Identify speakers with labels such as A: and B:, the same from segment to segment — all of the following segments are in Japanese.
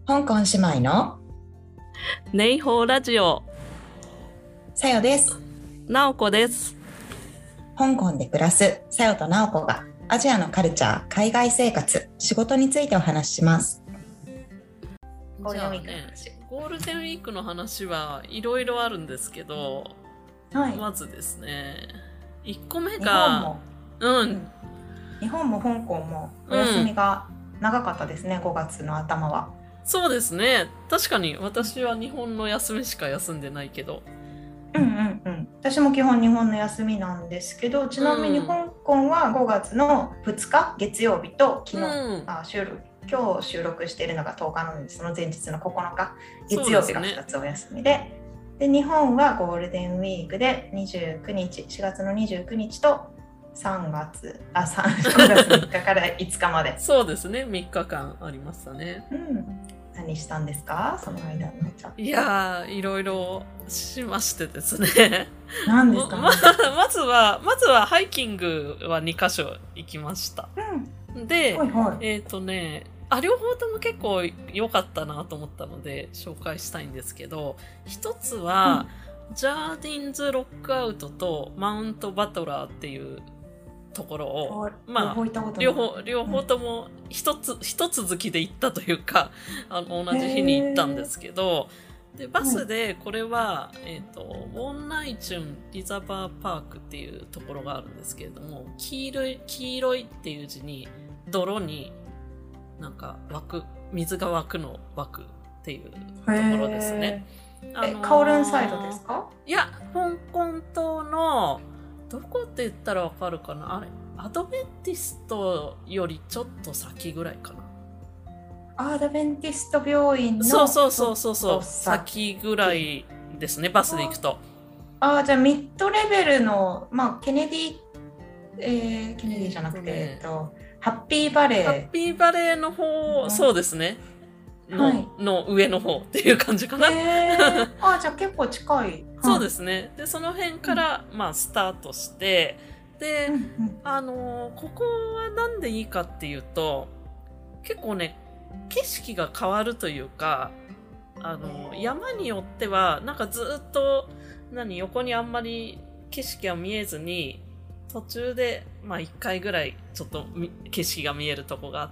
A: 香港姉妹の
B: ネイホーラジオ、
A: さよです。
B: なおこです。
A: 香港で暮らすさよとなおこがアジアのカルチャー、海外生活、仕事についてお話しします。ゴールデンウィークの話。
B: ゴールデンウィークの話はいろいろあるんですけど、
A: はい。
B: まずですね、1個目
A: 日本
B: が、
A: も、
B: うん、
A: うん、日本も香港もお
B: うん、
A: 休みが長かったですね、5月の頭は。
B: そうですね。確かに私は日本の休みしか休んでないけど、
A: うんうんうん。私も基本日本の休みなんですけど、ち
B: う
A: なみに
B: ん、
A: 香港は5月の2日月曜日と
B: う
A: 昨日、
B: ん、
A: 今日収録しているのが10日なので、その前日の9日
B: そう
A: 月曜日が
B: ですね。
A: 2つお休みで、日本はゴールデンウィークで29日、4月の29日と3月、5月3日から5日まで。
B: そうですね。3日間ありましたね。
A: うん。何したんですかその間のちゃん。
B: いやー、いろいろしましてですね。
A: 何ですか何ですか。
B: まずはハイキングは2カ所行きました。
A: うん。は
B: で、
A: いはい。
B: 両方とも結構良かったなと思ったので紹介したいんですけど、一つは、ジャーディンズロックアウトとマウントバトラーっていうところを、
A: 両方行ったことない。
B: 両方とも一続きで行ったというか、同
A: へ
B: じ日に行ったんで
A: え。
B: すけど、で、バ
A: はい。
B: スで、これは、ウォンナイチュンリザバーパークっていうところがあるんですけれども、黄色いっていう字に、泥になんか水が湧くの湧くっていうところですね。
A: へカオルンサイドですか？
B: いや、香港島の、どこって言ったらわかるかな、あれ、アドベンティストよりちょっと先ぐらいかな。
A: アドベンティスト病院
B: そう
A: のちょっ
B: そうそうそうそ
A: と
B: う、先ぐら
A: 先。
B: いですね、バスで行くと。
A: じゃあミッドレベルの、ケネディ、ケネディじゃなくて、
B: ね、
A: ハッピーバ
B: ハッ
A: レ
B: ピーバレーの方、
A: ーの、
B: そうですね。
A: はい。
B: の上の方っていう感じかな。
A: じゃあ結構近い。
B: そうで
A: は
B: すね。で、その辺
A: い。うん、
B: から、まあ、スタートして、で、
A: うん、うん。
B: ここはなんでいいかっていうと、結構ね、景色が変わるというか、山によっては、なんかずっと、横にあんまり景色が見えずに、途中で、まあ一回ぐらい、ちょっと景色が見えるとこがあって、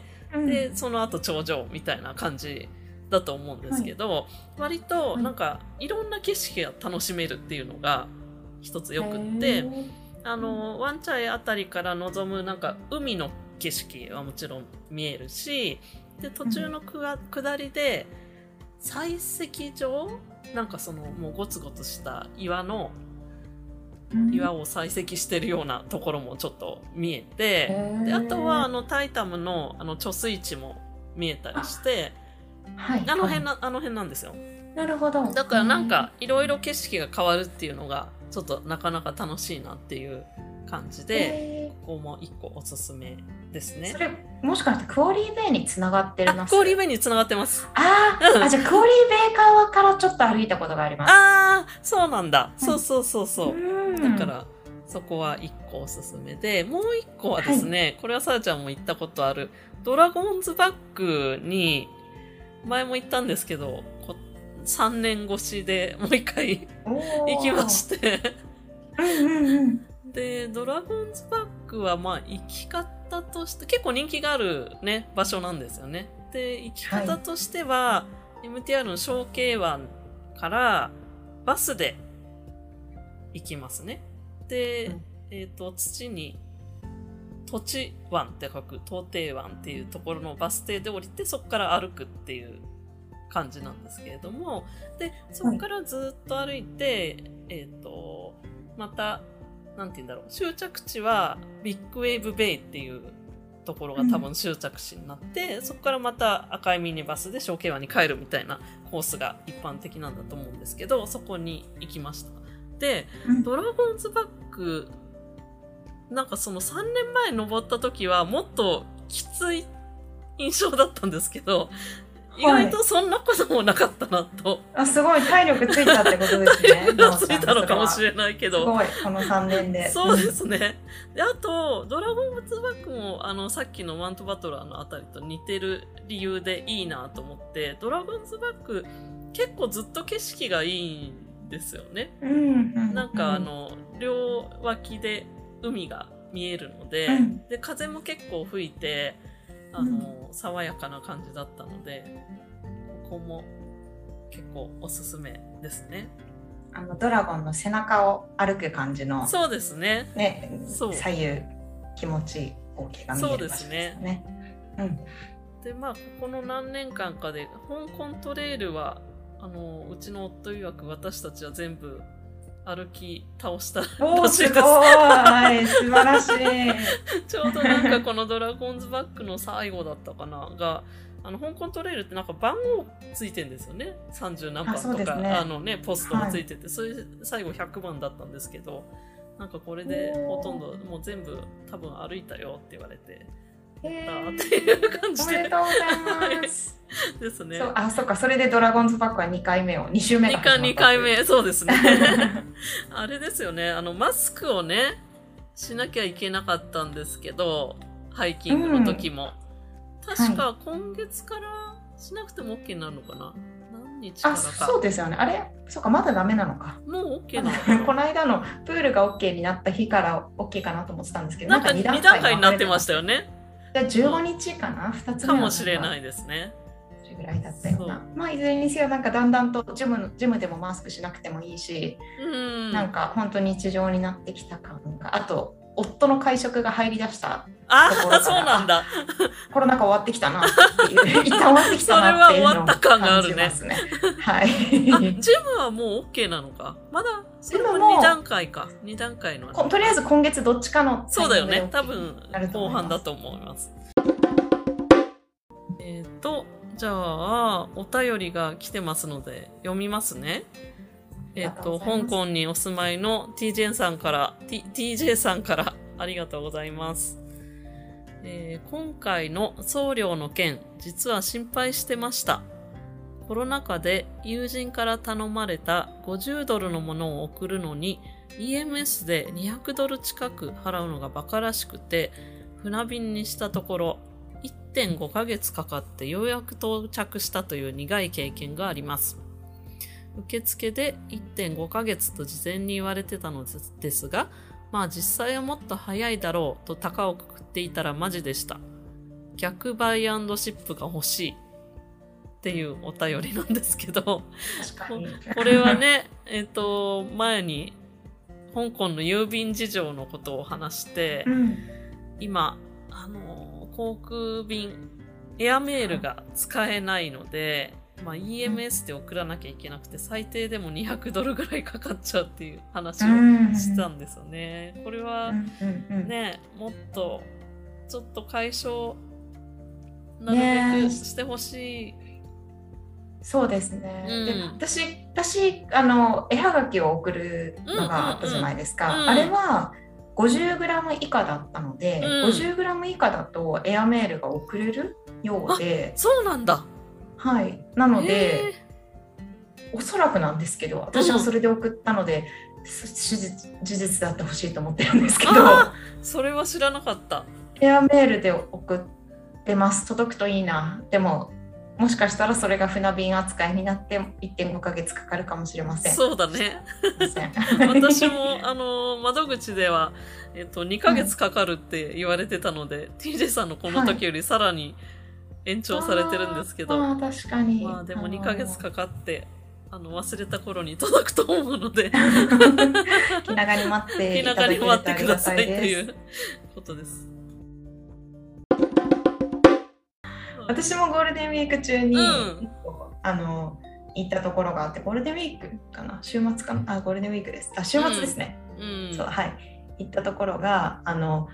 A: うん。
B: で、その後頂上みたいな感じだと思うんですけど、割と、
A: はい。
B: なんか、いろんな景色が楽しめるっていうのが、一つよ
A: へ
B: くって、
A: ーうん。
B: ワンチャイあたりから望む、なんか、海の景色はもちろん見えるし、で、途中の下りで、採石場なんかその、もうゴツゴツした
A: うん。
B: 岩を採石してるようなところもちょっと見え
A: へ
B: て、で、あとは
A: ー
B: タイタムの貯水池も見えたりし
A: あ、
B: て、
A: はい、はい。
B: あの辺なんですよ。
A: なるほど。
B: だからなんか、いろいろ景色が変わるっていうのが、ちょっとなかなか楽しいなっていう感じで、
A: え
B: ここも一個おすすめですね。
A: それ、もしかしてクオリーベイにつながって
B: あ、
A: ます？
B: クオリーベイに繋がってます。
A: じゃあクオリーベイ側からちょっと歩いたことがあります。
B: ああ、そうなんだ。
A: はい。
B: そうそうそう
A: う
B: そう。だか
A: ん。
B: ら、そこは一個おすすめで、もう一個はで
A: はい。
B: すね、これはさやちゃんも行ったことある、ドラゴンズバックに、前も行ったんですけど、3年越しでもう一回行きま
A: おー。
B: して
A: うんうんうん。
B: で、ドラゴンズバックはまあ行き方として、結構人気があるね、場所なんですよね。で、行き
A: はい。
B: 方としては、MTR の小京湾からバスで行きますね。で、
A: うん。
B: 土に、土地湾って書く、東帝湾っていうところのバス停で降りて、そこから歩くっていう感じなんですけれども、で、そこ
A: はい。
B: からずっと歩いて、また、なんて言うんだろう、終着地はビッグウェーブベイっていうところが多
A: うん。
B: 分終着地になって、そこからまた赤いミニバスで小京湾に帰るみたいなコースが一般的なんだと思うんですけど、そこに行きました。で、
A: うん。
B: ドラゴンズバック、なんかその3年前登った時はもっときつい印象だったんですけど、 意外とそんなこともなかったなと。
A: あ、すごい体力ついたってことですね。
B: 体力ついたのかもしれないけど。
A: すごい、この3年で。
B: そうですね。で、あと、ドラゴンズバックも、さっきのマントバトラーのあたりと似てる理由でいいなと思って、ドラゴンズバック、結構ずっと景色がいいんですよね。なんか両脇で海が見えるので、で、風も結構吹いて、爽やかな感じだったので、ここも結構おすすめですね。
A: ドラゴンの背中を歩く感じの。
B: そうですね。
A: ね、左右気持ちいい光景が見える場所ですね。
B: で、まあ、ここの何年間かで、香港トレイルは、うちの夫曰く私たちは全部歩き倒したらしいです。
A: すごい、素晴らしい。
B: ちょうどなんかこのドラゴンズバックの最後だったかなが、香港トレイルってなんか番号ついてんですよね。30何番とか、ポストがついてて、それ最後100番だったんですけど、なんかこれでほとんどもう全部多分歩いたよって言われて、やったっていう感じで。
A: おめでとうございます。
B: ですね。
A: そうか、それでドラゴンズバックは2回目を、2週目が始まった。
B: 2回目、そうですね。あれですよね、マスクをね、しなきゃいけなかったんですけど、ハイキングの時も。確か今月からしなくても OK になるのかな、何日からか。
A: そうですよね。あれそうか、まだダメなのか。
B: もう OK なのかな。
A: この間のプールが OK になった日から OK かなと思ってたんですけど、
B: なんか2段階になってましたよね。
A: じゃあ15日かな、2つ目
B: かもしれないですね。
A: それぐらいだったような。まあいずれにせよ、なんかだんだんとジムでもマスクしなくてもいいし、なんか本当に日常になってきた感が。あと夫の会食が入りだしたところから、
B: そうなんだ。
A: コロナ禍終わってきたなっていう一旦終わってきたなっていうのを感じますね。はい。
B: ジムはもう OK なのか。まだそれも2段階か。2段階の。
A: とりあえず今月どっちかの。
B: そうだよね。多分後半だと思います。じゃあお便りが来てますので読みますね。香港にお住まいの TJ さんからありがとうございます。今回の送料の件、実は心配してました。コロナ禍で友人から頼まれた50ドルのものを送るのに EMS で200ドル近く払うのがバカらしくて、船便にしたところ 1.5 ヶ月かかってようやく到着したという苦い経験があります。受付で 1.5 ヶ月と事前に言われてたのですが、まあ実際はもっと早いだろうと高をくくっていたらマジでした。逆バイ&シップが欲しいっていうお便りなんですけど、これはね、前に香港の郵便事情のことを話して、今航空便エアメールが使えないので、まあ、EMS で送らなきゃいけなくて、最低でも200ドルぐらいかかっちゃうっていう話をしたんですよね。これはね、もっとちょっと解消なるべくしてほしい。
A: そうですね。で、私絵はがきを送るのがあったじゃないですか。あれは50g 以下だったので、50g 以下だとエアメールが送れるようで。
B: そうなんだ。
A: はい。なので、おそらくなんですけど、私はそれで送ったので、事実であってほしいと思ってるんですけど。
B: それは知らなかった。
A: エアメールで送ってます。届くといいな。でも、もしかしたらそれが船便扱いになって 1.5 ヶ月かかるかもしれません。
B: そうだね。私も窓口では、2ヶ月かかるって言われてたので、TJ さんのこの時よりさらに延長されてるんですけど、
A: 確かに。
B: まあでも2ヶ月かかって忘れた頃に届くと思うので
A: 気長に待っていただけるとありがたいです。気長に待ってくださいという
B: ことです。
A: 私もゴールデンウィーク中に、行ったところがあって、ゴールデンウィークかな、週末かな、ゴールデンウィークです。週末ですね。そう、はい。行ったところが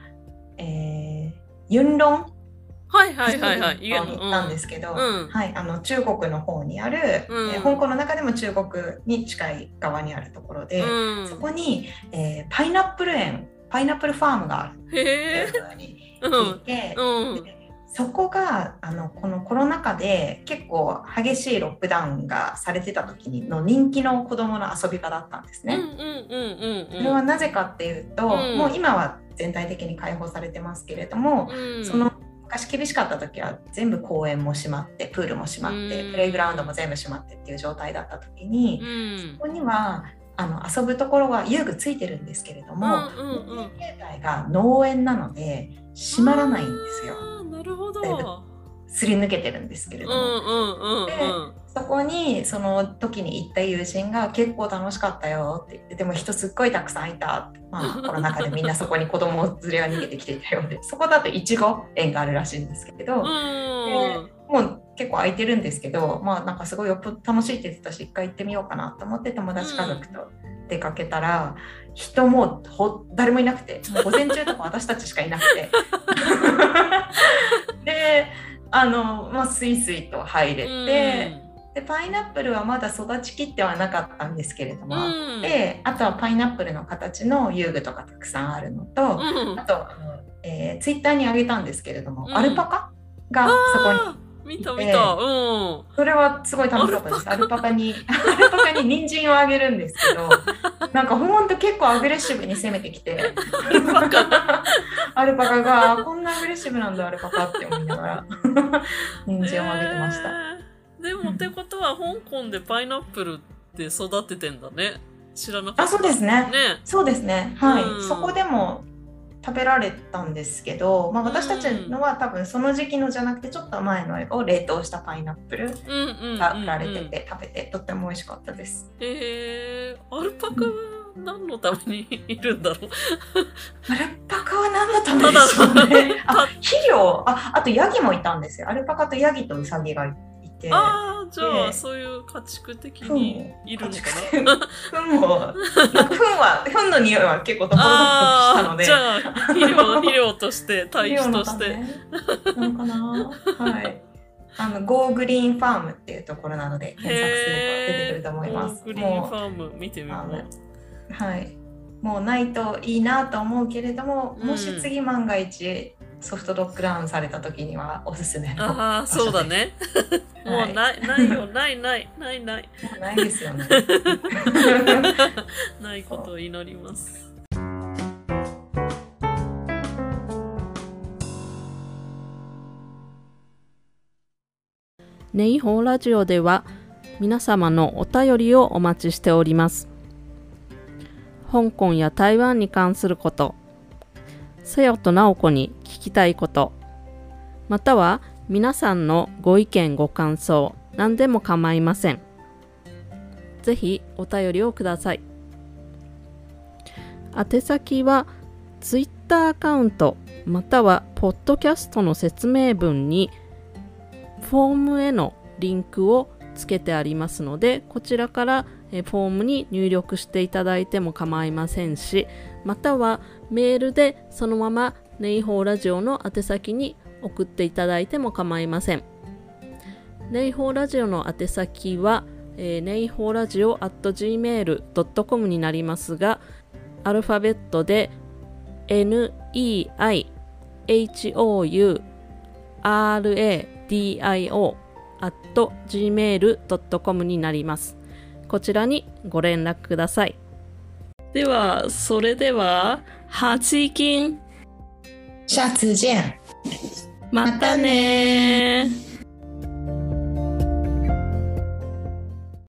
A: ユンロン行ったんですけど、はい、中国の方にある、香港の中でも中国に近い側にあるところで、そこに、パイナップルファームがあるっていうふうに聞いて、 そこがこのコロナ禍で結構激しいロックダウンがされてた時の人気の子どもの遊び場だったんですね。それはなぜかっていうと、もう今は全体的に開放されてますけれども、その昔厳しかった時は全部公園も閉まってプールも閉まってプレイグラウンドも全部閉まってっていう状態だった時に、そこには遊ぶところは遊具ついてるんですけれども、携帯が農園なので閉まらないんですよ。
B: なるほど。
A: すり抜けてるんですけれども、でそこにその時に行った友人が結構楽しかったよって言って、でも人すっごいたくさんいた、コロナ禍でみんなそこに子供連れが逃げてきていたようで、そこだといちご園があるらしいんですけど、もう結構空いてるんですけど、なんかすごい楽しいって言ってたし、一回行ってみようかなと思って友達家族と出かけたら、人も誰もいなくて、もう午前中とか私たちしかいなくてでスイスイと入れて、でパイナップルはまだ育ちきってはなかったんですけれども、であとはパイナップルの形の遊具とかたくさんあるのと、あとツイッターに上げたんですけれども、アルパカがそこに
B: 見た、
A: それはすごい楽しかったです。アルパカに人参をあげるんですけど、なんかほんと結構アグレッシブに攻めてきてアルパカがこんなアグレッシブなんだアルパカって思いながら人参をあげてました。
B: でもってことは香港でパイナップルって育ててんだね。知らなかった。
A: そうですね。そうですね。はい。そこでも食べられたんですけど、私たちのは多分その時期のじゃなくてちょっと前のを冷凍したパイナップルが売られてて食べてとっても美味しかったです。
B: アルパカは何のためにいるんだろう
A: アルパカは何のためでしょうね。肥料、あとヤギもいたんですよ。アルパカとヤギとウサギがいて。
B: じゃあそういう家畜的にいるのかな。
A: 糞の匂いは結構ところどころしたので、
B: じゃあ肥料として堆肥として
A: なのかな。はい。ゴーグリーンファームっていうところなので検索すると出てくると思います。
B: ゴーグリーンファーム見てみよう。
A: はい。もうないといいなと思うけれども、もし次万が一ソフトロックダウンされた時にはおすすめの場所です。
B: そうだね。もうないよ、ない。も
A: うないですよね。
B: ないことを祈ります。ネイホーラジオでは皆様のお便りをお待ちしております。香港や台湾に関すること、せよとなおこに聞きたいこと、または皆さんのご意見ご感想、何でも構いません。ぜひお便りをください。宛先は Twitter アカウントまたはポッドキャストの説明文にフォームへのリンクをつけてありますので、こちらからフォームに入力していただいても構いませんし、またはメールでそのままネイホーラジオの宛先に送っていただいても構いません。ネイホーラジオの宛先は、ネイホーラジオ @gmail.com になりますが、アルファベットで neihouradio@gmail.com になります。こちらにご連絡ください。では、それでは、下次見。
A: 下次見。
B: またねー。